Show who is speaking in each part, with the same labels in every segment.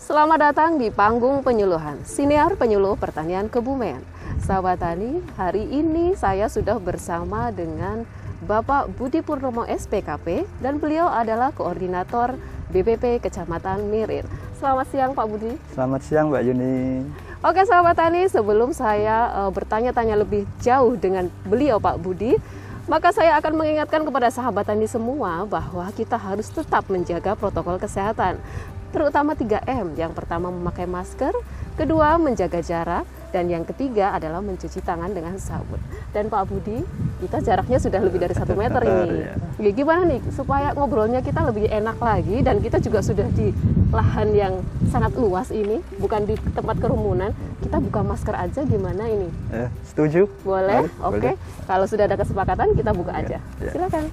Speaker 1: Selamat datang di Panggung Penyuluhan, Siniar Penyuluh Pertanian Kebumen. Sahabat Tani, hari ini saya sudah bersama dengan Bapak Budi Purnomo SPKP dan beliau adalah Koordinator BPP Kecamatan Mirit. Selamat siang Pak Budi.
Speaker 2: Selamat siang Mbak Yuni.
Speaker 1: Oke sahabat Tani, sebelum saya bertanya-tanya lebih jauh dengan beliau Pak Budi, maka saya akan mengingatkan kepada sahabat Tani semua bahwa kita harus tetap menjaga protokol kesehatan, terutama 3M. Yang pertama memakai masker, kedua menjaga jarak, dan yang ketiga adalah mencuci tangan dengan sabun. Dan Pak Budi, kita jaraknya sudah lebih dari 1 meter ini. Ya, gimana nih supaya ngobrolnya kita lebih enak lagi, dan kita juga sudah di lahan yang sangat luas ini, bukan di tempat kerumunan. Kita buka masker aja gimana ini?
Speaker 2: Setuju?
Speaker 1: Boleh? Oke.
Speaker 2: Boleh.
Speaker 1: Kalau sudah ada kesepakatan kita buka aja.
Speaker 2: Ya.
Speaker 1: Silakan.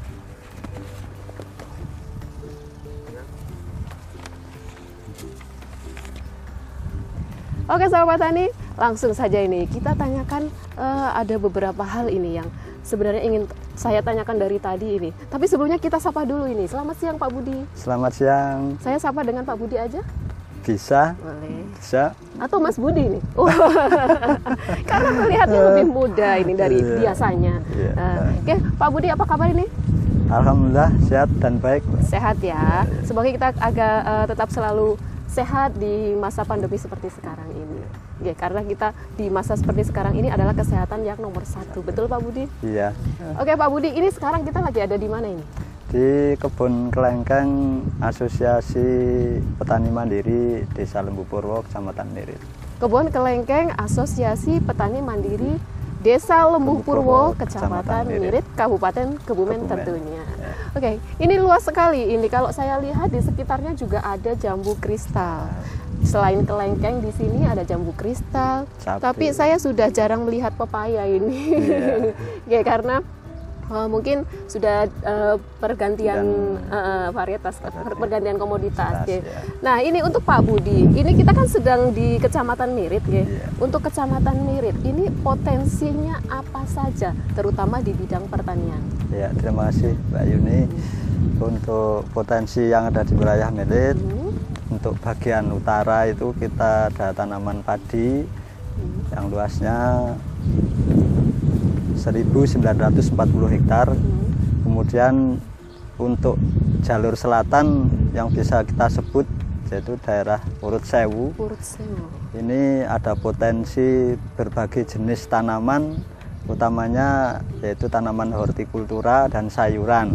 Speaker 1: Oke sahabat Tani, langsung saja ini kita tanyakan, ada beberapa hal ini yang sebenarnya ingin saya tanyakan dari tadi ini. Tapi sebelumnya kita sapa dulu ini. Selamat siang Pak Budi.
Speaker 2: Selamat siang.
Speaker 1: Saya sapa dengan Pak Budi aja?
Speaker 2: Bisa.
Speaker 1: Boleh.
Speaker 2: Bisa.
Speaker 1: Atau Mas Budi nih? Karena melihatnya lebih muda ini dari biasanya. Oke, Pak Budi apa kabar ini?
Speaker 2: Alhamdulillah sehat dan baik.
Speaker 1: Sehat ya. Semoga kita agak tetap selalu sehat di masa pandemi seperti sekarang ini. Ya, karena kita di masa seperti sekarang ini adalah kesehatan yang nomor 1. Betul Pak Budi?
Speaker 2: Iya.
Speaker 1: Oke Pak Budi, ini sekarang kita lagi ada di mana ini?
Speaker 2: Di Kebun Kelengkeng Asosiasi Petani Mandiri Desa Lembu Purwo, Kecamatan Mirit.
Speaker 1: Kebun Kelengkeng Asosiasi Petani Mandiri Desa Lembu Purwo, Kecamatan Mirit, Kabupaten Kebumen tentunya.
Speaker 2: Ya.
Speaker 1: Oke, ini luas sekali. Ini kalau saya lihat di sekitarnya juga ada jambu kristal. Selain kelengkeng di sini ada jambu kristal. Tapi saya sudah jarang melihat pepaya ini. Ya, karena mungkin sudah pergantian varietas, pergantian komoditas. Ya. Nah, ini untuk Pak Budi. Ini kita kan sedang di Kecamatan Mirit, ya. Untuk Kecamatan Mirit ini potensinya apa saja, terutama di bidang pertanian?
Speaker 2: Ya, terima kasih Mbak Yuni. Untuk potensi yang ada di wilayah Mirit, untuk bagian utara itu kita ada tanaman padi yang luasnya 1.940 hektar. Kemudian untuk jalur selatan yang bisa kita sebut yaitu daerah Purut Sewu. Ini ada potensi berbagai jenis tanaman, utamanya yaitu tanaman hortikultura dan sayuran.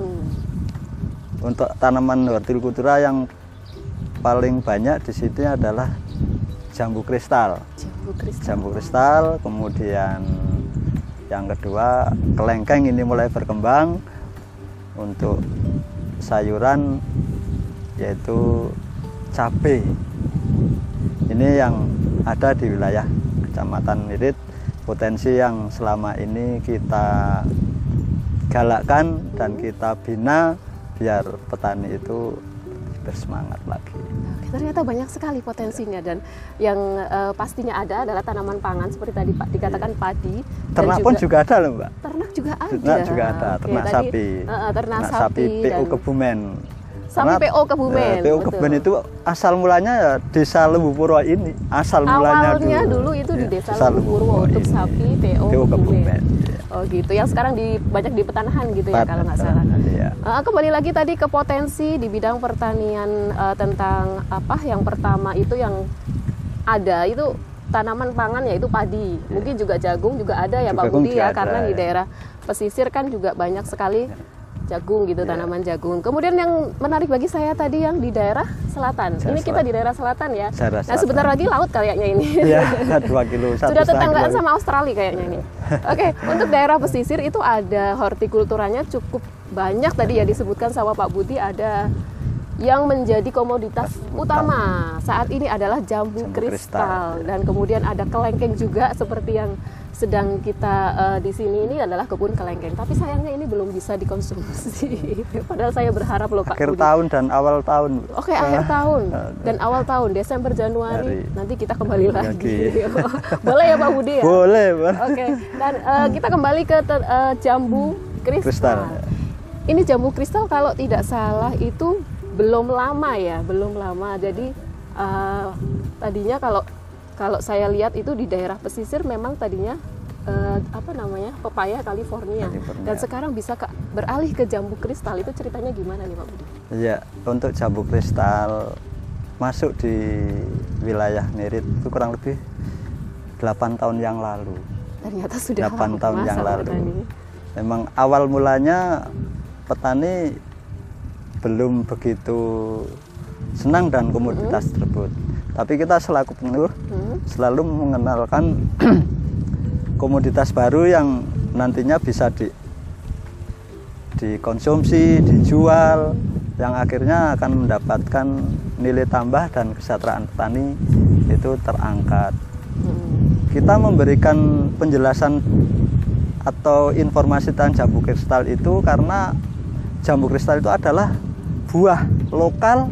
Speaker 2: Untuk tanaman hortikultura yang paling banyak di sini adalah jambu kristal. Jambu kristal, kemudian yang kedua kelengkeng ini mulai berkembang. Untuk sayuran yaitu cabai. Ini yang ada di wilayah Kecamatan Mirit. Potensi yang selama ini kita galakkan dan kita bina biar petani itu bersemangat lagi.
Speaker 1: Ternyata banyak sekali potensinya, dan yang pastinya ada adalah tanaman pangan seperti tadi Pak dikatakan padi.
Speaker 2: Ternak pun juga ada loh Mbak.
Speaker 1: Ternak juga ada.
Speaker 2: Ternak juga ada. Ternak sapi.
Speaker 1: Ternak sapi.
Speaker 2: PO Kebumen.
Speaker 1: Sampai PO Kebumen.
Speaker 2: PO Kebumen itu asal mulanya ya Desa Lembu Purwo ini. Asal mulanya
Speaker 1: awalnya dulu itu di Desa Lembu Purwo untuk sapi PO Kebumen. Oh gitu, yang sekarang banyak di Petanahan gitu ya kalau nggak salah.
Speaker 2: Iya.
Speaker 1: Kembali lagi tadi ke potensi di bidang pertanian, tentang apa yang pertama itu yang ada itu tanaman pangan yaitu padi. Mungkin juga jagung juga ada ya Pak Budi ya, karena di daerah pesisir kan juga banyak sekali jagung gitu, tanaman jagung. Kemudian yang menarik bagi saya tadi yang di daerah selatan. Ini kita di daerah selatan ya. Nah sebentar lagi laut kayaknya ini.
Speaker 2: Iya, 2 kilo.
Speaker 1: Sudah tetanggaan sama Australia kayaknya ini. Oke, untuk daerah pesisir itu ada hortikulturanya cukup banyak tadi ya disebutkan sama Pak Budi, ada yang menjadi komoditas utama saat ini adalah jambu kristal, dan kemudian ada kelengkeng juga seperti yang sedang kita di sini ini adalah kebun kelengkeng. Tapi sayangnya ini belum bisa dikonsumsi. Padahal saya berharap loh Pak
Speaker 2: Akhir
Speaker 1: Budi.
Speaker 2: tahun dan awal tahun.
Speaker 1: Oke, akhir tahun dan awal tahun, Desember, Januari nanti kita kembali lagi. Boleh ya Pak Budi ya?
Speaker 2: Boleh Pak.
Speaker 1: Oke, dan kita kembali ke jambu kristal. Ini jambu kristal kalau tidak salah itu belum lama ya, belum lama. Jadi Tadinya kalau saya lihat itu di daerah pesisir memang tadinya pepaya California. Dan sekarang bisa beralih ke jambu kristal. Itu ceritanya gimana nih Pak Budi?
Speaker 2: Iya, untuk jambu kristal masuk di wilayah Mirit itu kurang lebih 8 tahun yang lalu.
Speaker 1: Ternyata sudah
Speaker 2: 8 tahun yang lalu.
Speaker 1: Petani.
Speaker 2: Memang awal mulanya petani belum begitu senang dan komoditas tersebut. Tapi kita selaku penyuluh selalu mengenalkan komoditas baru yang nantinya bisa dikonsumsi, dijual, yang akhirnya akan mendapatkan nilai tambah dan kesejahteraan petani itu terangkat. Kita memberikan penjelasan atau informasi tentang jambu kristal itu karena jambu kristal itu adalah buah lokal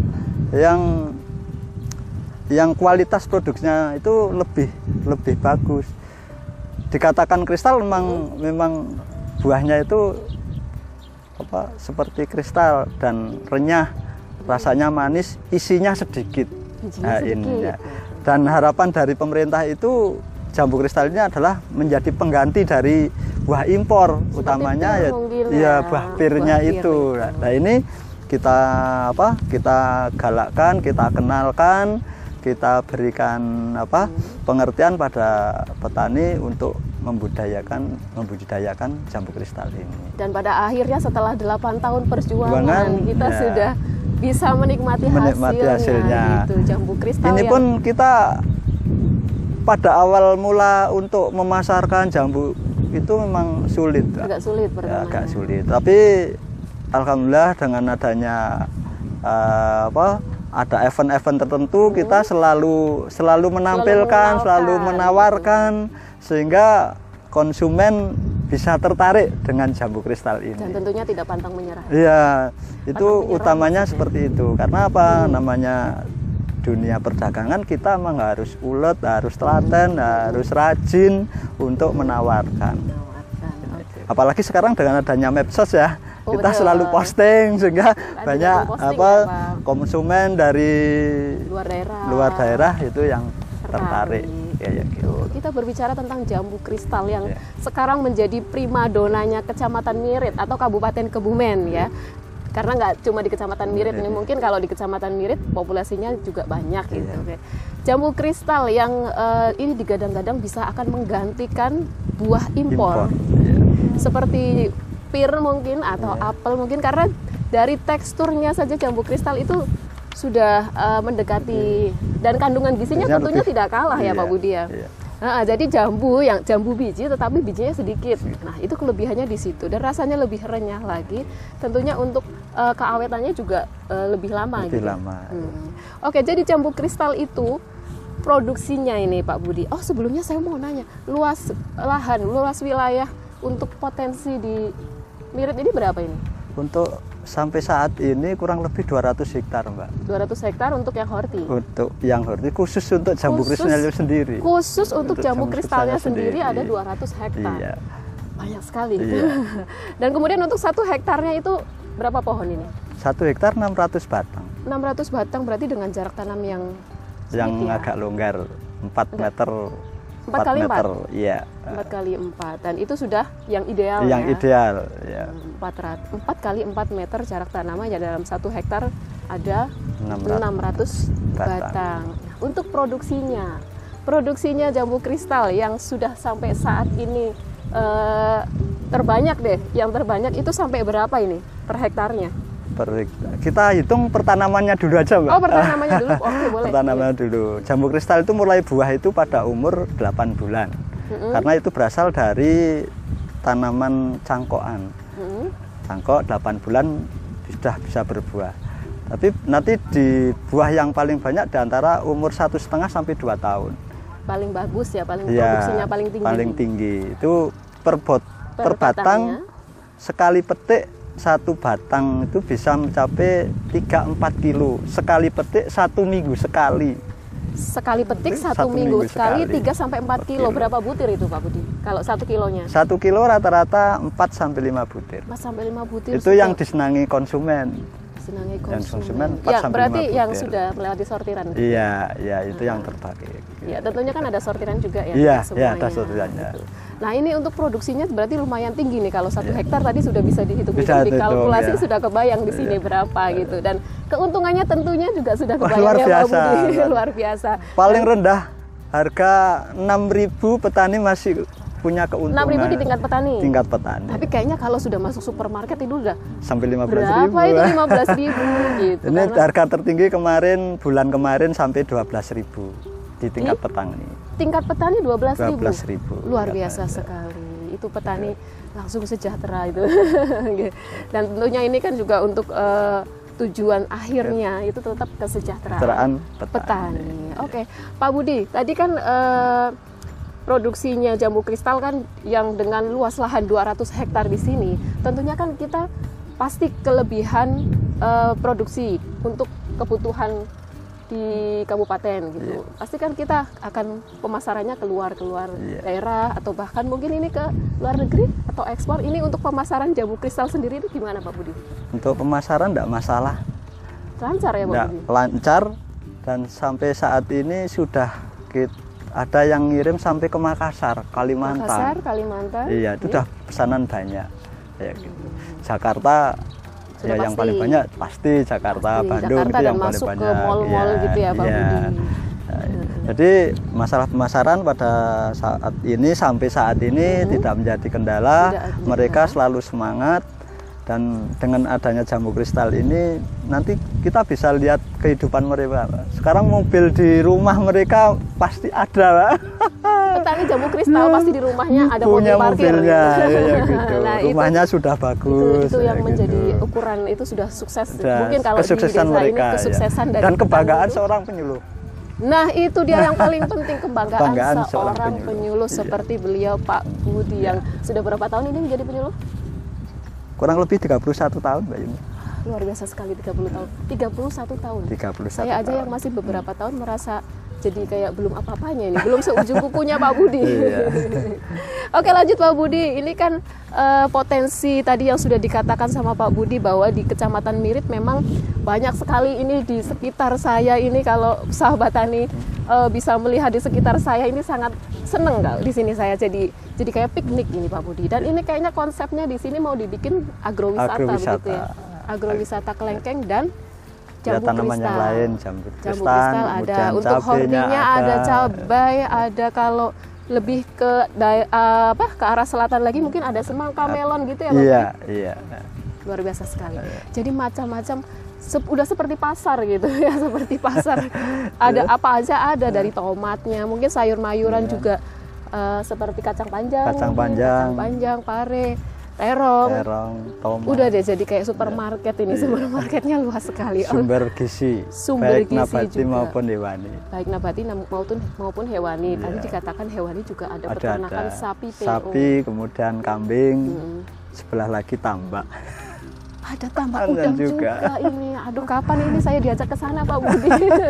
Speaker 2: yang kualitas produksinya itu lebih bagus. Dikatakan kristal memang buahnya itu seperti kristal dan renyah, rasanya manis, isinya sedikit. Ini ya. Dan harapan dari pemerintah itu jambu kristal ini adalah menjadi pengganti dari buah impor, seperti utamanya ya buah pirnya itu. Nah ini kita galakkan, kita kenalkan, kita berikan pengertian pada petani untuk membudidayakan jambu kristal ini. Dan
Speaker 1: pada akhirnya setelah 8 tahun perjuangan kita sudah bisa menikmati hasilnya. Gitu, jambu kristal.
Speaker 2: Ini pun kita pada awal mula untuk memasarkan jambu itu memang sulit.
Speaker 1: Agak sulit pertamanya.
Speaker 2: Agak sulit. Tapi alhamdulillah dengan adanya ada event-event tertentu, kita selalu menampilkan, selalu menawarkan sehingga konsumen bisa tertarik dengan jambu kristal ini.
Speaker 1: Dan tentunya tidak pantang menyerah.
Speaker 2: Iya, itu utamanya seperti itu. Karena apa? Namanya dunia perdagangan, kita memang harus ulet, harus telaten, harus rajin untuk menawarkan. Apalagi sekarang dengan adanya medsos ya. Kita selalu posting sehingga banyak konsumen dari luar daerah itu yang tertarik. Ya, gitu.
Speaker 1: Kita berbicara tentang jambu kristal yang sekarang menjadi primadonanya Kecamatan Mirit atau Kabupaten Kebumen ya. Karena nggak cuma di Kecamatan Mirit ini, mungkin kalau di Kecamatan Mirit populasinya juga banyak gitu. Jambu kristal yang ini digadang-gadang bisa akan menggantikan buah impor. Seperti pir mungkin atau apel mungkin, karena dari teksturnya saja jambu kristal itu sudah mendekati dan kandungan gizinya tentunya tidak kalah ya Pak Budi ya. Nah, jadi jambu biji tetapi bijinya sedikit. Nah, itu kelebihannya di situ dan rasanya lebih renyah lagi. Tentunya untuk keawetannya juga lebih lama gitu. Oke, jadi jambu kristal itu produksinya ini Pak Budi. Oh, sebelumnya saya mau nanya, luas wilayah untuk potensi di Mirit ini berapa ini?
Speaker 2: Untuk sampai saat ini kurang lebih 200 hektar, Mbak.
Speaker 1: 200 hektar untuk yang horti?
Speaker 2: Untuk yang horti, khusus untuk jambu kristalnya sendiri.
Speaker 1: Khusus untuk jambu kristalnya sendiri ada 200 hektar. Iya. Banyak sekali. Iya. Dan kemudian untuk 1 hektarnya itu berapa pohon ini?
Speaker 2: 1 hektar 600 batang.
Speaker 1: 600 batang berarti dengan jarak tanam yang
Speaker 2: agak longgar, 4 meter.
Speaker 1: 4 kali 4?
Speaker 2: Iya.
Speaker 1: 4 kali 4, dan itu sudah yang ideal.
Speaker 2: Yang ideal, ya.
Speaker 1: 4 kali 4 meter jarak tanamannya, dalam 1 hektar ada 600 batang. Untuk produksinya jambu kristal yang sudah sampai saat ini terbanyak deh, yang terbanyak itu sampai berapa ini per hektarnya?
Speaker 2: Kita hitung pertanamannya dulu aja, Mbak.
Speaker 1: Oh, pertanamannya dulu. Oke, boleh.
Speaker 2: Pertanamannya dulu. Jambu kristal itu mulai buah itu pada umur 8 bulan. Karena itu berasal dari tanaman cangkokan. Cangkok 8 bulan sudah bisa berbuah. Tapi nanti di buah yang paling banyak di antara umur 1,5 sampai 2 tahun.
Speaker 1: Paling bagus ya, produksinya paling tinggi.
Speaker 2: Paling tinggi. Itu per batang sekali petik 1 batang itu bisa mencapai 3-4 kilo. Sekali petik 1 minggu sekali. Sekali petik 1 minggu sekali 3-4 kilo. Berapa butir itu Pak Budi? Kalau 1 kilonya? 1 kilo rata-rata 4-5 butir. 4-5 butir. Itu yang disenangi konsumen.
Speaker 1: Sinanggai
Speaker 2: Yang konsumen
Speaker 1: konsumen.
Speaker 2: 4
Speaker 1: Ya,
Speaker 2: sampai
Speaker 1: berarti
Speaker 2: 5
Speaker 1: yang
Speaker 2: butir.
Speaker 1: sudah melewati sortiran.
Speaker 2: Iya, ya itu yang terbaik.
Speaker 1: Ya, tentunya kan ada sortiran juga ya.
Speaker 2: Iya,
Speaker 1: untuk
Speaker 2: iya,
Speaker 1: semuanya,
Speaker 2: ada sortirannya.
Speaker 1: gitu. Nah, ini untuk produksinya berarti lumayan tinggi nih. Kalau 1 hektar tadi sudah bisa dihitung,
Speaker 2: Bisa
Speaker 1: dikalkulasi
Speaker 2: dihitung, ya.
Speaker 1: sudah kebayang di sini berapa gitu. Dan keuntungannya tentunya juga sudah
Speaker 2: Wah,
Speaker 1: kebayang
Speaker 2: luar
Speaker 1: ya Pak
Speaker 2: biasa.
Speaker 1: Budi. Luar biasa.
Speaker 2: Paling rendah harga 6.000 petani masih punya keuntungan.
Speaker 1: 6.000 di tingkat petani.
Speaker 2: Tingkat petani.
Speaker 1: Tapi kayaknya kalau sudah masuk supermarket itu udah
Speaker 2: Sampai 15.000.
Speaker 1: berapa itu 15.000 gitu.
Speaker 2: Ini
Speaker 1: Karena
Speaker 2: harga tertinggi bulan kemarin sampai 12.000 di tingkat petani.
Speaker 1: tingkat petani 12.000.
Speaker 2: 12.000.
Speaker 1: Luar biasa sekali. Itu petani langsung sejahtera itu. Dan tentunya ini kan juga untuk tujuan akhirnya itu tetap kesejahteraan petani. Oke, Pak Budi, tadi kan produksinya jambu kristal kan yang dengan luas lahan 200 hektar di sini, tentunya kan kita pasti kelebihan produksi untuk kebutuhan di kabupaten gitu. Pasti kan kita akan pemasarannya keluar daerah atau bahkan mungkin ini ke luar negeri atau ekspor. Ini untuk pemasaran jambu kristal sendiri itu gimana Pak Budi?
Speaker 2: Untuk pemasaran tidak masalah.
Speaker 1: Lancar ya Pak
Speaker 2: Nggak,
Speaker 1: Budi?
Speaker 2: lancar, dan sampai saat ini sudah ada yang ngirim sampai ke Makassar, Kalimantan.
Speaker 1: Makassar, Kalimantan.
Speaker 2: Iya, itu udah pesanan banyak. Ya, gitu. Jakarta
Speaker 1: Sudah
Speaker 2: ya yang
Speaker 1: pasti.
Speaker 2: paling banyak pasti Jakarta, Bandung
Speaker 1: Jakarta
Speaker 2: itu
Speaker 1: dan
Speaker 2: yang paling
Speaker 1: masuk
Speaker 2: banyak.
Speaker 1: ke mall-mall gitu ya Pak Budi.
Speaker 2: Jadi masalah pemasaran pada saat ini sampai saat ini tidak menjadi kendala.
Speaker 1: Tidak ada
Speaker 2: Mereka
Speaker 1: kendala.
Speaker 2: selalu semangat, dan dengan adanya jambu kristal ini nanti kita bisa lihat kehidupan mereka. Sekarang mobil di rumah mereka pasti ada, Pak.
Speaker 1: Petani jambu kristal pasti di rumahnya ada
Speaker 2: Punya
Speaker 1: mobil parkir.
Speaker 2: mobilnya, ya, gitu.
Speaker 1: Nah,
Speaker 2: Rumahnya sudah bagus.
Speaker 1: itu yang
Speaker 2: ya,
Speaker 1: menjadi
Speaker 2: gitu.
Speaker 1: ukuran itu sudah sukses.
Speaker 2: Sudah
Speaker 1: Mungkin kalau
Speaker 2: kesuksesan
Speaker 1: di desa
Speaker 2: mereka,
Speaker 1: ini kesuksesan
Speaker 2: ya.
Speaker 1: dari
Speaker 2: Dan
Speaker 1: petani
Speaker 2: kebanggaan
Speaker 1: itu.
Speaker 2: seorang penyuluh.
Speaker 1: Nah, itu dia yang paling penting, kebanggaan
Speaker 2: Kebanggaan
Speaker 1: seorang
Speaker 2: seorang
Speaker 1: penyuluh
Speaker 2: Iya.
Speaker 1: seperti beliau Pak Budi yang sudah berapa tahun ini menjadi penyuluh?
Speaker 2: Kurang lebih 31 tahun, Mbak Yuni.
Speaker 1: Luar biasa sekali, 30 tahun. 31 tahun.
Speaker 2: 31
Speaker 1: Saya aja
Speaker 2: tahun.
Speaker 1: yang masih beberapa tahun merasa jadi kayak belum apa-apanya ini, belum seujung kukunya Pak Budi.
Speaker 2: Iya.
Speaker 1: Oke, lanjut Pak Budi. Ini kan potensi tadi yang sudah dikatakan sama Pak Budi bahwa di Kecamatan Mirit memang banyak sekali ini di sekitar saya ini. Kalau sahabat tani bisa melihat di sekitar saya ini, sangat seneng nggak di sini saya jadi kayak piknik ini Pak Budi. Dan ini kayaknya konsepnya di sini mau dibikin agrowisata, begitu ya. Agrowisata kelengkeng dan
Speaker 2: Ya,
Speaker 1: jambu
Speaker 2: tanaman
Speaker 1: kristal.
Speaker 2: yang lain, jambu
Speaker 1: Jambu
Speaker 2: kristal,
Speaker 1: kristal ada,
Speaker 2: kemudian
Speaker 1: untuk
Speaker 2: cabenya
Speaker 1: hobinya ada cabai, ada kalau lebih ke ke arah selatan lagi mungkin ada semangka, melon gitu ya Pak.
Speaker 2: Iya, iya.
Speaker 1: Luar biasa sekali. Jadi macam-macam udah seperti pasar gitu ya, seperti pasar. Ada apa aja ada, dari tomatnya, mungkin sayur-mayuran juga seperti kacang panjang,
Speaker 2: Kacang
Speaker 1: mungkin,
Speaker 2: panjang.
Speaker 1: kacang panjang, pare, terong.
Speaker 2: Tomat.
Speaker 1: Udah deh jadi kayak supermarket ini, supermarketnya luas sekali.
Speaker 2: Sumber gizi,
Speaker 1: Sumber
Speaker 2: baik
Speaker 1: gizi
Speaker 2: nabati
Speaker 1: juga.
Speaker 2: maupun hewani.
Speaker 1: Baik nabati maupun hewani. Tadi dikatakan hewani juga ada peternakan sapi, PO.
Speaker 2: Sapi, kemudian kambing,
Speaker 1: Hmm.
Speaker 2: sebelah lagi tambak.
Speaker 1: Ada tambak
Speaker 2: Ada
Speaker 1: udang
Speaker 2: juga.
Speaker 1: juga ini. Aduh, kapan ini saya diajak ke sana Pak Budi?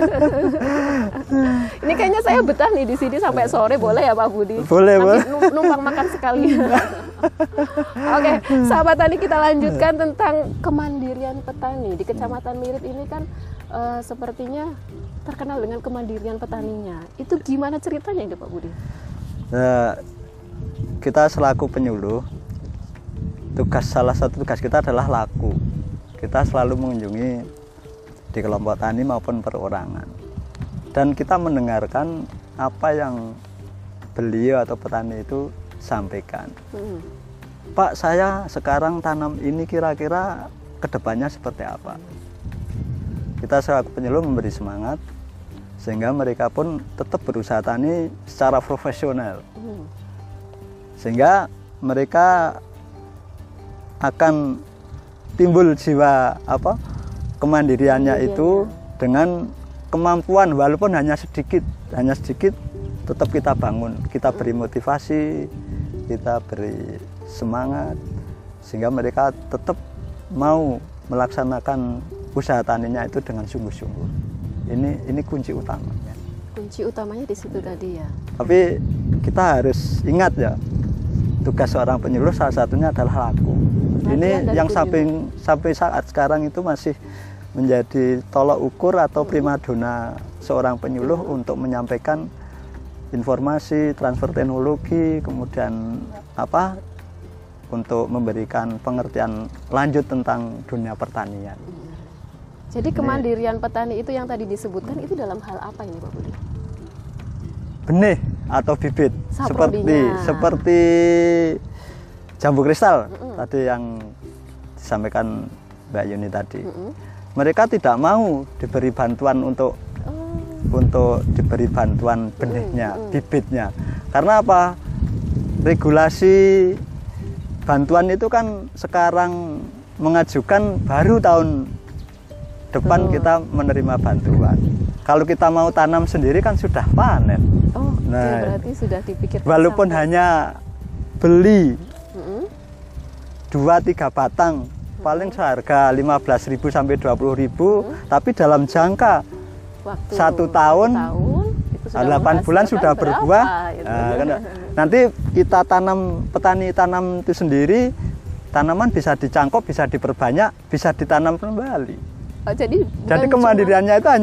Speaker 1: Ini kayaknya saya betah nih di sini sampai sore, boleh ya Pak Budi?
Speaker 2: Boleh,
Speaker 1: Nanti
Speaker 2: boleh.
Speaker 1: numpang makan sekali. Oke, sahabat tani, kita lanjutkan tentang kemandirian petani di Kecamatan Mirit ini kan sepertinya terkenal dengan kemandirian petaninya. Itu gimana ceritanya ini Pak Budi?
Speaker 2: Nah, kita selaku penyuluh, salah satu tugas kita adalah laku. Kita selalu mengunjungi di kelompok tani maupun perorangan, dan kita mendengarkan apa yang beliau atau petani itu sampaikan. Pak, saya sekarang tanam ini kira-kira kedepannya seperti apa? Kita selaku penyuluh memberi semangat sehingga mereka pun tetap berusaha tani secara profesional, sehingga mereka akan timbul jiwa kemandiriannya itu dengan kemampuan, walaupun hanya sedikit tetap kita bangun, kita beri motivasi, kita beri semangat sehingga mereka tetap mau melaksanakan usaha taninya itu dengan sungguh-sungguh. Ini kunci utamanya.
Speaker 1: Kunci utamanya di situ tadi ya.
Speaker 2: Tapi kita harus ingat ya, tugas seorang penyuluh salah satunya adalah laku. Ini
Speaker 1: dari
Speaker 2: yang
Speaker 1: Bu
Speaker 2: sampai saat sekarang itu masih menjadi tolok ukur atau primadona seorang penyuluh untuk menyampaikan informasi, transfer teknologi, kemudian apa untuk memberikan pengertian lanjut tentang dunia pertanian.
Speaker 1: Jadi kemandirian petani itu yang tadi disebutkan itu dalam hal apa ini Pak Budi?
Speaker 2: Benih atau bibit,
Speaker 1: Saprodinya.
Speaker 2: seperti jambu kristal tadi yang disampaikan Mbak Yuni tadi. Mereka tidak mau diberi bantuan untuk diberi bantuan benihnya, bibitnya. Karena apa? Regulasi bantuan itu kan sekarang mengajukan baru tahun depan kita menerima bantuan. Kalau kita mau tanam sendiri kan sudah panen.
Speaker 1: Oh,
Speaker 2: Nah,
Speaker 1: berarti sudah dipikirkan.
Speaker 2: walaupun
Speaker 1: sampai-
Speaker 2: hanya beli
Speaker 1: Mm-mm.
Speaker 2: 2-3 batang, paling seharga 15.000 sampai 20.000, tapi dalam jangka
Speaker 1: Waktu
Speaker 2: 1 tahun,
Speaker 1: itu sudah
Speaker 2: 8 bulan
Speaker 1: menghasilkan
Speaker 2: sudah
Speaker 1: berapa,
Speaker 2: berbuah.
Speaker 1: gitu.
Speaker 2: Nah, kan, nanti kita petani tanam itu sendiri, tanaman bisa dicangkok, bisa diperbanyak, bisa ditanam kembali.
Speaker 1: Oh, jadi bukan
Speaker 2: Kemandiriannya itu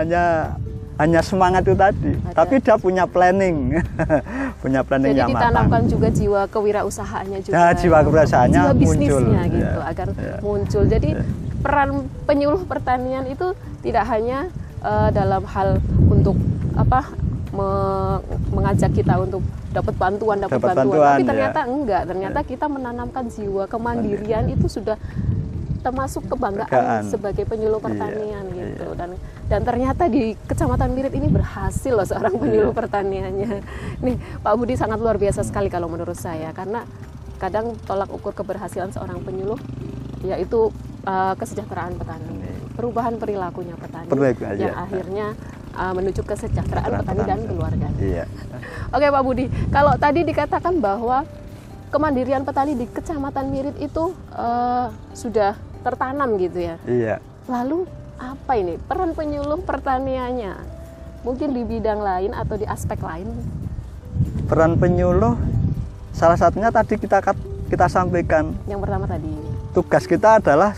Speaker 2: hanya semangat itu tadi, tapi dia punya planning, punya planning
Speaker 1: jadi
Speaker 2: yang matang.
Speaker 1: ditanamkan juga jiwa kewirausahaannya juga.
Speaker 2: Ya, jiwa kewirausahaannya
Speaker 1: jiwa bisnisnya
Speaker 2: muncul,
Speaker 1: gitu
Speaker 2: ya.
Speaker 1: agar
Speaker 2: Ya.
Speaker 1: muncul. Jadi peran penyuluh pertanian itu tidak hanya dalam hal untuk apa mengajak kita untuk dapat bantuan,
Speaker 2: Dapat
Speaker 1: tapi
Speaker 2: bantuan,
Speaker 1: ternyata
Speaker 2: ya.
Speaker 1: enggak. Ternyata kita menanamkan jiwa kemandirian itu sudah termasuk kebanggaan
Speaker 2: Kebanggaan.
Speaker 1: sebagai penyuluh pertanian
Speaker 2: Iya,
Speaker 1: gitu.
Speaker 2: iya.
Speaker 1: Dan ternyata di Kecamatan Mirit ini berhasil loh seorang penyuluh pertaniannya. Nih Pak Budi sangat luar biasa sekali kalau menurut saya, karena kadang tolak ukur keberhasilan seorang penyuluh yaitu kesejahteraan petani, perubahan perilakunya petani
Speaker 2: Perilaku,
Speaker 1: yang
Speaker 2: iya.
Speaker 1: akhirnya menuju kesejahteraan petani dan keluarganya.
Speaker 2: Iya.
Speaker 1: Oke Pak Budi, kalau tadi dikatakan bahwa kemandirian petani di Kecamatan Mirit itu sudah tertanam gitu ya.
Speaker 2: Iya.
Speaker 1: Lalu apa ini peran penyuluh pertaniannya? Mungkin di bidang lain atau di aspek lain?
Speaker 2: Peran penyuluh salah satunya tadi kita sampaikan,
Speaker 1: Yang pertama tadi.
Speaker 2: tugas kita adalah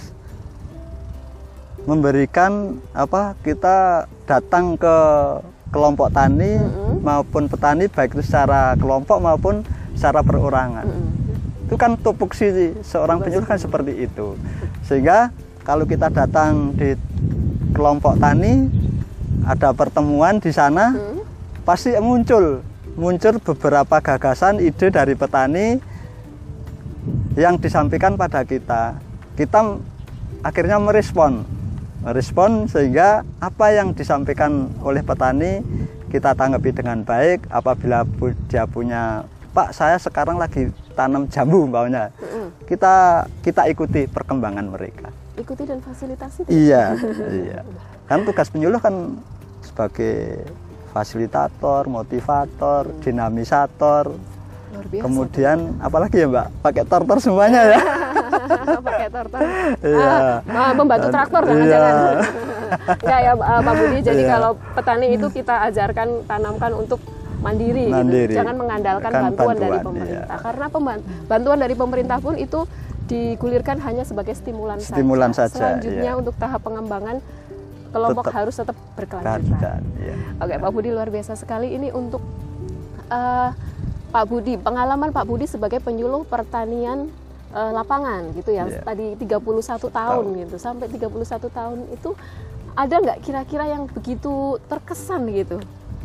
Speaker 2: memberikan kita datang ke kelompok tani maupun petani baik itu secara kelompok maupun secara perorangan. Itu kan tupoksi seorang penyuluh kan seperti itu. Sehingga kalau kita datang di kelompok tani, ada pertemuan di sana, pasti muncul beberapa gagasan, ide dari petani yang disampaikan pada kita. Kita akhirnya merespon sehingga apa yang disampaikan oleh petani kita tanggapi dengan baik. Apabila dia punya, Pak, saya sekarang lagi tanam jambu umpamanya, kita ikuti perkembangan mereka.
Speaker 1: Ikuti dan fasilitasi.
Speaker 2: Iya. Kan tugas penyuluh kan sebagai fasilitator, motivator, dinamisator.
Speaker 1: Luar biasa.
Speaker 2: Kemudian apalagi ya Mbak, pakai tortor semuanya ya.
Speaker 1: Pakai tortor.
Speaker 2: Iya.
Speaker 1: Membantu traktor
Speaker 2: Iya.
Speaker 1: jangan-jangan. Enggak ya Pak Budi, jadi
Speaker 2: Iya.
Speaker 1: kalau petani itu kita ajarkan, tanamkan untuk mandiri. Gitu. Jangan mengandalkan
Speaker 2: Kan
Speaker 1: bantuan dari
Speaker 2: bantuan,
Speaker 1: pemerintah.
Speaker 2: iya.
Speaker 1: Karena bantuan dari pemerintah pun itu digulirkan hanya sebagai stimulan
Speaker 2: Saja.
Speaker 1: Selanjutnya
Speaker 2: Iya.
Speaker 1: untuk tahap pengembangan kelompok harus tetap berkelanjutan.
Speaker 2: Kelanjutan, iya.
Speaker 1: Oke Pak Budi, luar biasa sekali ini untuk Pak Budi, pengalaman Pak Budi sebagai penyuluh pertanian lapangan gitu ya.
Speaker 2: Iya.
Speaker 1: Tadi 31 tahun gitu. Sampai 31 tahun itu ada nggak kira-kira yang begitu terkesan gitu?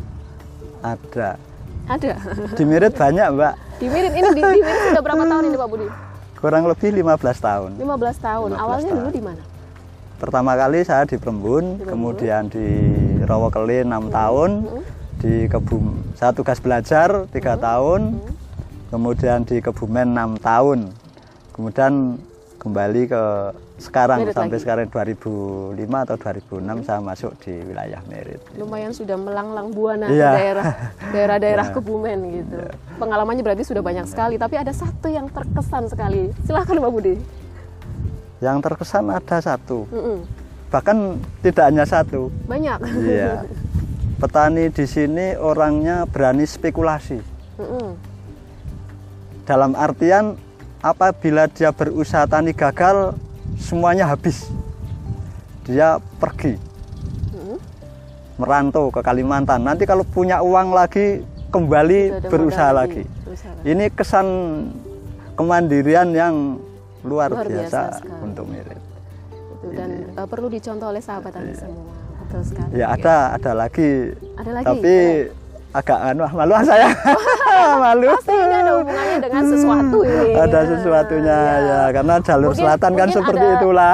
Speaker 2: Ada.
Speaker 1: Ada.
Speaker 2: Di Mirit banyak Mbak.
Speaker 1: Di Mirit ini di Mirit sudah berapa tahun ini Pak Budi?
Speaker 2: Kurang lebih 15 tahun.
Speaker 1: 15 tahun.
Speaker 2: 15
Speaker 1: Awalnya
Speaker 2: tahun.
Speaker 1: dulu di mana?
Speaker 2: Pertama kali saya di Prembun, kemudian di Rawakeli 6 tahun, di saya tugas belajar 3 tahun, kemudian di Kebumen 6 tahun, kemudian kembali ke sekarang
Speaker 1: Mirit
Speaker 2: sampai
Speaker 1: lagi.
Speaker 2: sekarang 2005 atau 2006 saya masuk di wilayah Mirit.
Speaker 1: Lumayan sudah melanglang buana
Speaker 2: Iya.
Speaker 1: daerah Kebumen gitu. Pengalamannya berarti sudah banyak sekali, tapi ada satu yang terkesan sekali. Silahkan Pak Budi.
Speaker 2: Yang terkesan ada satu,
Speaker 1: Mm-mm.
Speaker 2: bahkan tidak hanya satu.
Speaker 1: Banyak.
Speaker 2: Iya. Petani di sini orangnya berani spekulasi.
Speaker 1: Mm-mm.
Speaker 2: Dalam artian apabila dia berusaha tani gagal, semuanya habis. Dia pergi merantau ke Kalimantan. Nanti kalau punya uang lagi, kembali berusaha lagi. Ini kesan kemandirian yang luar biasa untuk Mirit.
Speaker 1: Dan perlu dicontoh oleh sahabat tani semua. Betul sekali.
Speaker 2: Ya ada lagi.
Speaker 1: Ada lagi.
Speaker 2: Tapi agak malu saya. Malu.
Speaker 1: Pasti ini ada hubungannya dengan sesuatu ini.
Speaker 2: Ada sesuatunya ya, karena jalur selatan kan seperti itulah.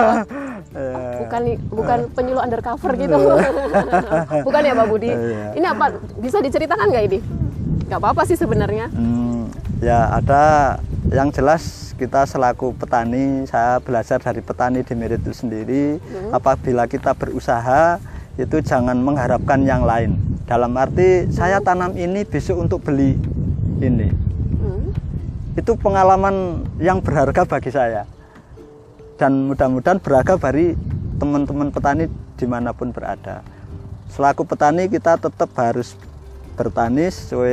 Speaker 1: Bukan penyuluh undercover gitu. Bukan ya Pak Budi. Ini apa? Bisa diceritakan nggak ini? Nggak apa-apa sih sebenarnya.
Speaker 2: Ya ada, yang jelas kita selaku petani, saya belajar dari petani di Mirit itu sendiri. Apabila kita berusaha itu jangan mengharapkan yang lain. Dalam arti saya tanam ini besok untuk beli ini. Itu pengalaman yang berharga bagi saya. Dan mudah-mudahan berharga bagi teman-teman petani dimanapun berada. Selaku petani kita tetap harus bertani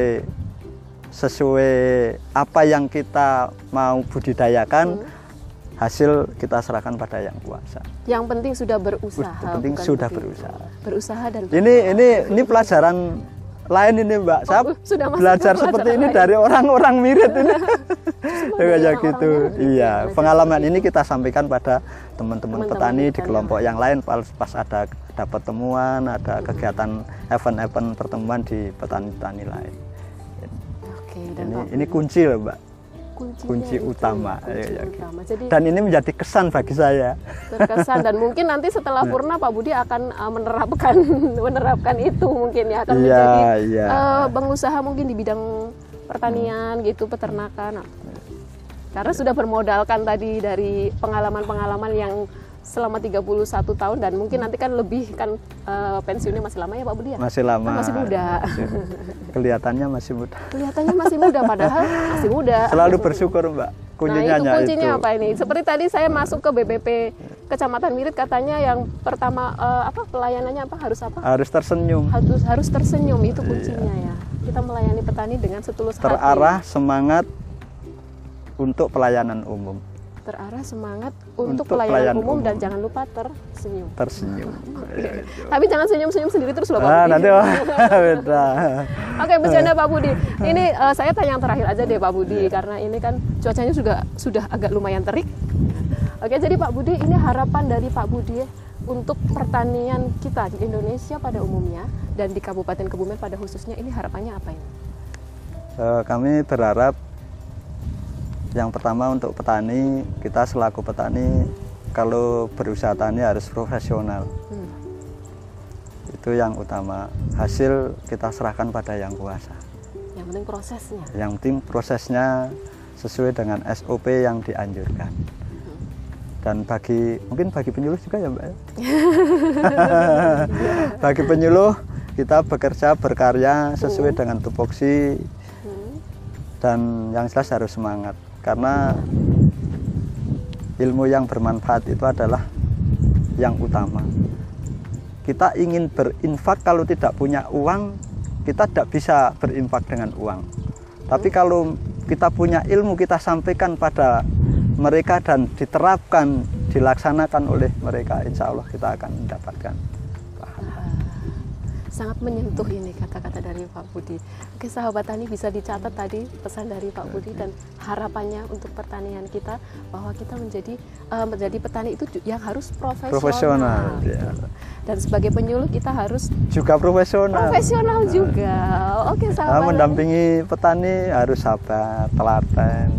Speaker 2: sesuai apa yang kita mau budidayakan. Hasil kita serahkan pada Yang Kuasa. Yang penting sudah berusaha. Penting sudah berusaha.
Speaker 1: Berusaha dan
Speaker 2: ini pelajaran lain ini Mbak. Saya sudah belajar seperti ini lain. Dari orang-orang Mirit ini. Kayak gitu. Iya, pengalaman ini kita sampaikan pada teman-teman petani di kelompok yang lain pas ada dapat temuan, ada kegiatan event-event pertemuan di petani-petani lain.
Speaker 1: Oke,
Speaker 2: ini kunci loh Mbak. Kunci utama. Jadi, dan ini menjadi kesan bagi saya.
Speaker 1: Terkesan, dan mungkin nanti setelah purna Pak Budi akan menerapkan itu mungkin ya, akan menjadi pengusaha mungkin di bidang pertanian gitu, peternakan. Karena sudah bermodalkan tadi dari pengalaman-pengalaman yang selama 31 tahun, dan mungkin nanti kan lebih kan pensiunnya masih lama ya Pak Budi ya?
Speaker 2: Masih lama.
Speaker 1: Kan masih muda.
Speaker 2: Kelihatannya masih muda.
Speaker 1: Kelihatannya masih muda, padahal masih muda.
Speaker 2: Selalu bersyukur Mbak.
Speaker 1: Kuncinya apa ini? Seperti tadi saya masuk ke BPP Kecamatan Mirit, katanya yang pertama pelayanannya harus apa?
Speaker 2: Harus tersenyum.
Speaker 1: Harus tersenyum, itu kuncinya ya. Kita melayani petani dengan setulus hati.
Speaker 2: Terarah semangat untuk pelayanan umum.
Speaker 1: Terarah semangat untuk pelayanan umum dan jangan lupa tersenyum. Tapi jangan senyum-senyum sendiri terus loh Pak Budi.
Speaker 2: Nanti beda.
Speaker 1: Oke, bercanda Pak Budi. Ini saya tanya yang terakhir aja deh Pak Budi, karena ini kan cuacanya sudah agak lumayan terik. Oke, jadi Pak Budi, ini harapan dari Pak Budi untuk pertanian kita di Indonesia pada umumnya dan di Kabupaten Kebumen pada khususnya, ini harapannya apa ini?
Speaker 2: Kami berharap yang pertama untuk petani, kita selaku petani kalau berusaha tani harus profesional. Itu yang utama. Hasil kita serahkan pada Yang Kuasa.
Speaker 1: Yang penting prosesnya.
Speaker 2: Yang penting prosesnya sesuai dengan SOP yang dianjurkan. Dan mungkin bagi penyuluh juga ya Mbak. Bagi penyuluh kita bekerja berkarya sesuai dengan tupoksi, dan yang jelas harus semangat. Karena ilmu yang bermanfaat itu adalah yang utama. Kita ingin berinfak, kalau tidak punya uang, kita tidak bisa berinfak dengan uang. Tapi kalau kita punya ilmu, kita sampaikan pada mereka dan diterapkan, dilaksanakan oleh mereka, insya Allah kita akan mendapatkan pahala.
Speaker 1: Sangat menyentuh ini kata-kata dari Pak Budi. Oke sahabat tani, bisa dicatat tadi pesan dari Pak Budi dan harapannya untuk pertanian kita, bahwa kita menjadi petani itu yang harus profesional. Ya. Dan sebagai penyuluh kita harus
Speaker 2: juga profesional
Speaker 1: juga. Oke sahabat,
Speaker 2: mendampingi petani harus sabar, telaten.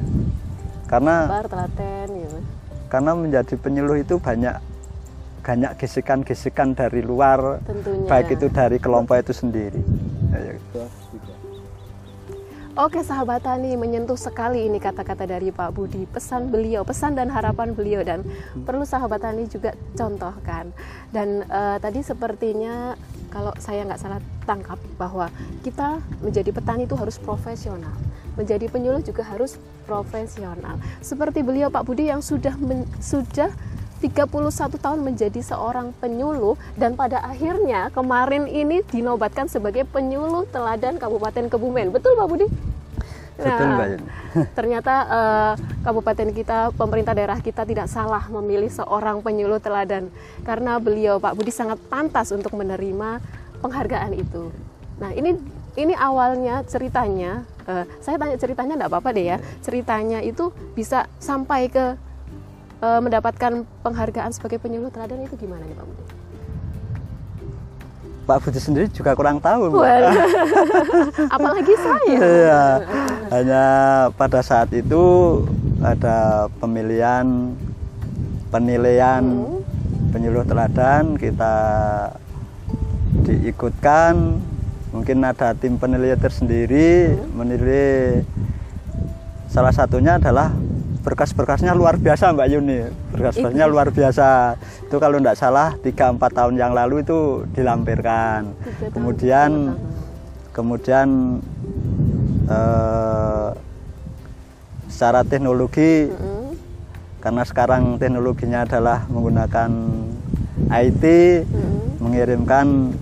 Speaker 2: Karena menjadi penyuluh itu banyak gesekan-gesekan dari luar. Tentunya. Baik itu dari kelompok itu sendiri.
Speaker 1: Oke sahabat tani, menyentuh sekali ini kata-kata dari Pak Budi, pesan dan harapan beliau, dan perlu sahabat tani juga contohkan. Dan tadi sepertinya kalau saya nggak salah tangkap bahwa kita menjadi petani itu harus profesional, menjadi penyuluh juga harus profesional. Seperti beliau Pak Budi yang sudah 31 tahun menjadi seorang penyuluh, dan pada akhirnya kemarin ini dinobatkan sebagai penyuluh teladan Kabupaten Kebumen. Betul Pak Budi?
Speaker 2: Betul, Mbak Yuni.
Speaker 1: Ternyata kabupaten kita, pemerintah daerah kita tidak salah memilih seorang penyuluh teladan karena beliau Pak Budi sangat pantas untuk menerima penghargaan itu. Nah, ini awalnya ceritanya, saya tanya ceritanya enggak apa-apa deh ya. Ceritanya itu bisa sampai ke mendapatkan penghargaan sebagai penyuluh teladan itu gimana nih Pak Budi?
Speaker 2: Pak Budi sendiri juga kurang tahu, Mbak.
Speaker 1: Apalagi saya.
Speaker 2: Iya. Hanya pada saat itu ada pemilihan, penilaian penyuluh teladan, kita diikutkan. Mungkin ada tim penilai tersendiri menilai. Salah satunya adalah berkas-berkasnya luar biasa, Mbak Yuni. Berkas-berkasnya luar biasa. Itu kalau tidak salah 3-4 tahun yang lalu itu dilampirkan. Kemudian secara teknologi, karena sekarang teknologinya adalah menggunakan IT, mengirimkan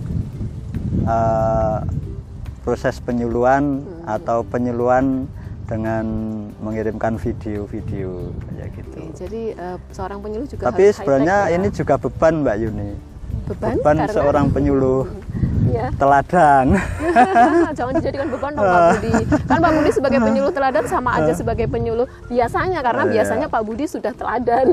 Speaker 2: proses penyuluhan atau penyuluhan dengan mengirimkan video-video kayak gitu.
Speaker 1: Oke, jadi seorang penyuluh juga
Speaker 2: tapi
Speaker 1: harus
Speaker 2: sebenarnya
Speaker 1: ya?
Speaker 2: Ini juga beban, Mbak Yuni.
Speaker 1: Beban karena
Speaker 2: seorang penyuluh
Speaker 1: ya.
Speaker 2: teladan.
Speaker 1: Jangan dijadikan beban dong Pak Budi. Kan Pak Budi sebagai penyuluh teladan sama aja sebagai penyuluh biasanya, karena biasanya Pak Budi sudah teladan.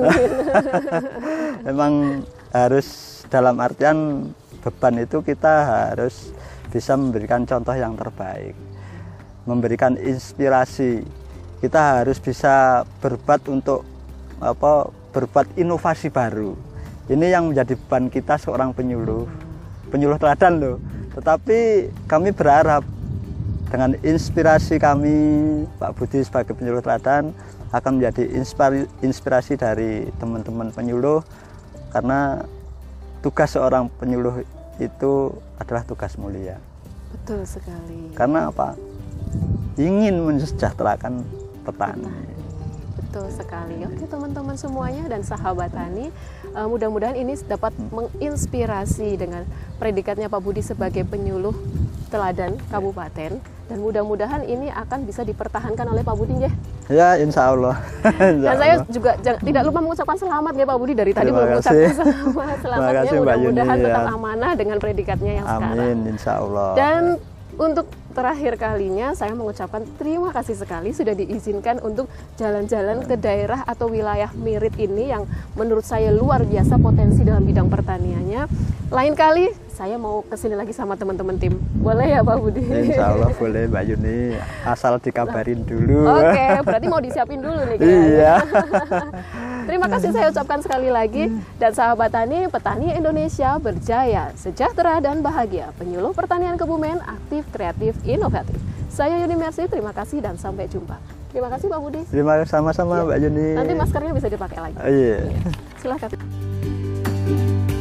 Speaker 2: Memang harus, dalam artian beban itu kita harus bisa memberikan contoh yang terbaik, memberikan inspirasi. Kita harus bisa berbuat untuk berbuat inovasi baru. Ini yang menjadi beban kita seorang penyuluh teladan loh. Tetapi kami berharap dengan inspirasi kami, Pak Budi sebagai penyuluh teladan akan menjadi inspirasi dari teman-teman penyuluh, karena tugas seorang penyuluh itu adalah tugas mulia.
Speaker 1: Betul sekali.
Speaker 2: Karena apa? Ingin mensejahterakan petani.
Speaker 1: Betul sekali. Oke teman-teman semuanya dan sahabat tani, mudah-mudahan ini dapat menginspirasi dengan predikatnya Pak Budi sebagai penyuluh teladan kabupaten, dan mudah-mudahan ini akan bisa dipertahankan oleh Pak Budi ya.
Speaker 2: Ya, insya Allah.
Speaker 1: Dan saya juga tidak lupa mengucapkan selamat ya Pak Budi, dari tadi belum mengucapkan selamatnya, mudah-mudahan tetap amanah dengan predikatnya yang sekarang.
Speaker 2: Amin, insya Allah.
Speaker 1: Dan untuk terakhir kalinya saya mengucapkan terima kasih sekali sudah diizinkan untuk jalan-jalan ke daerah atau wilayah Mirit ini yang menurut saya luar biasa potensi dalam bidang pertaniannya. Lain kali saya mau kesini lagi sama teman-teman tim. Boleh ya Pak Budi?
Speaker 2: Insya Allah boleh Mbak Yuni, asal dikabarin dulu.
Speaker 1: Oke, berarti mau disiapin dulu nih kayaknya.
Speaker 2: Iya.
Speaker 1: Terima kasih saya ucapkan sekali lagi. Dan sahabat tani, petani Indonesia berjaya, sejahtera dan bahagia. Penyuluh pertanian Kebumen, aktif, kreatif, inovatif. Saya Yuni Mercy, terima kasih dan sampai jumpa. Terima kasih Pak Budi.
Speaker 2: Terima kasih sama-sama Mbak Yuni.
Speaker 1: Nanti maskernya bisa dipakai lagi.
Speaker 2: Iya.
Speaker 1: Silakan.